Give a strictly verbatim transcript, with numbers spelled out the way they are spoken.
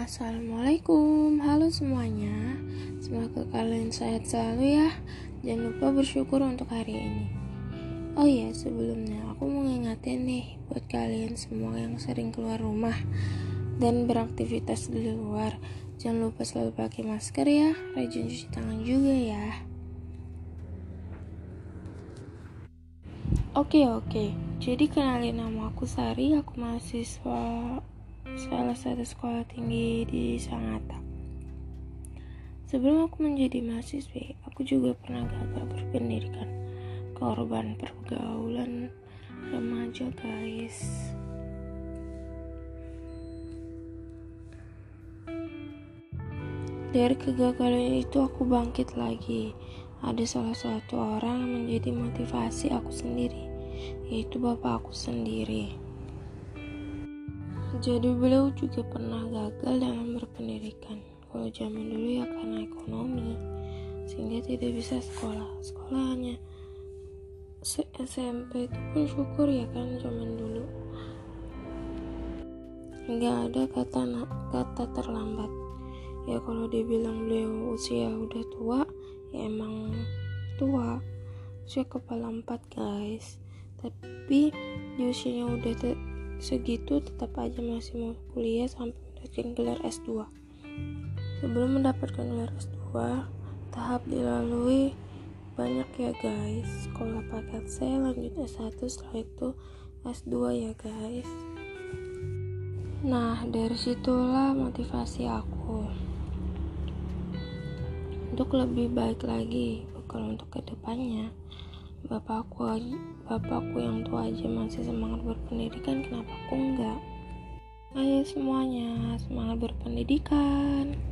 Assalamualaikum, halo semuanya. Semoga kalian sehat selalu ya. Jangan lupa bersyukur untuk hari ini. Oh iya, sebelumnya aku mau ngingetin nih buat kalian semua yang sering keluar rumah dan beraktivitas di luar, jangan lupa selalu pakai masker ya, rajin cuci tangan juga ya. Oke oke, jadi kenalin, nama aku Sari, aku mahasiswa salah satu sekolah tinggi di Sangatta. Sebelum aku menjadi mahasiswi, aku juga pernah gagal berpendidikan, korban pergaulan remaja guys. Dari kegagalan itu aku bangkit lagi. Ada salah satu orang yang menjadi motivasi aku sendiri, yaitu bapak aku sendiri. Jadi beliau juga pernah gagal dalam berpendidikan. Kalau zaman dulu ya karena ekonomi, sehingga tidak bisa sekolah. Sekolah hanya S M P itu pun syukur ya kan zaman dulu. Nggak ada kata kata terlambat. Ya kalau dibilang beliau usia udah tua, ya emang tua. Usia kepala empat guys. Tapi di usianya udah te- segitu tetap aja masih mau kuliah sampai mendapatkan gelar S dua. Sebelum mendapatkan gelar S dua, tahap dilalui banyak ya guys. Sekolah paket C, lanjut S satu, setelah itu S dua ya guys. Nah, dari situlah motivasi aku untuk lebih baik lagi. Kalau untuk kedepannya, bapakku bapakku yang tua aja masih semangat berpendidikan, kenapa aku enggak? Ayo semuanya semangat berpendidikan.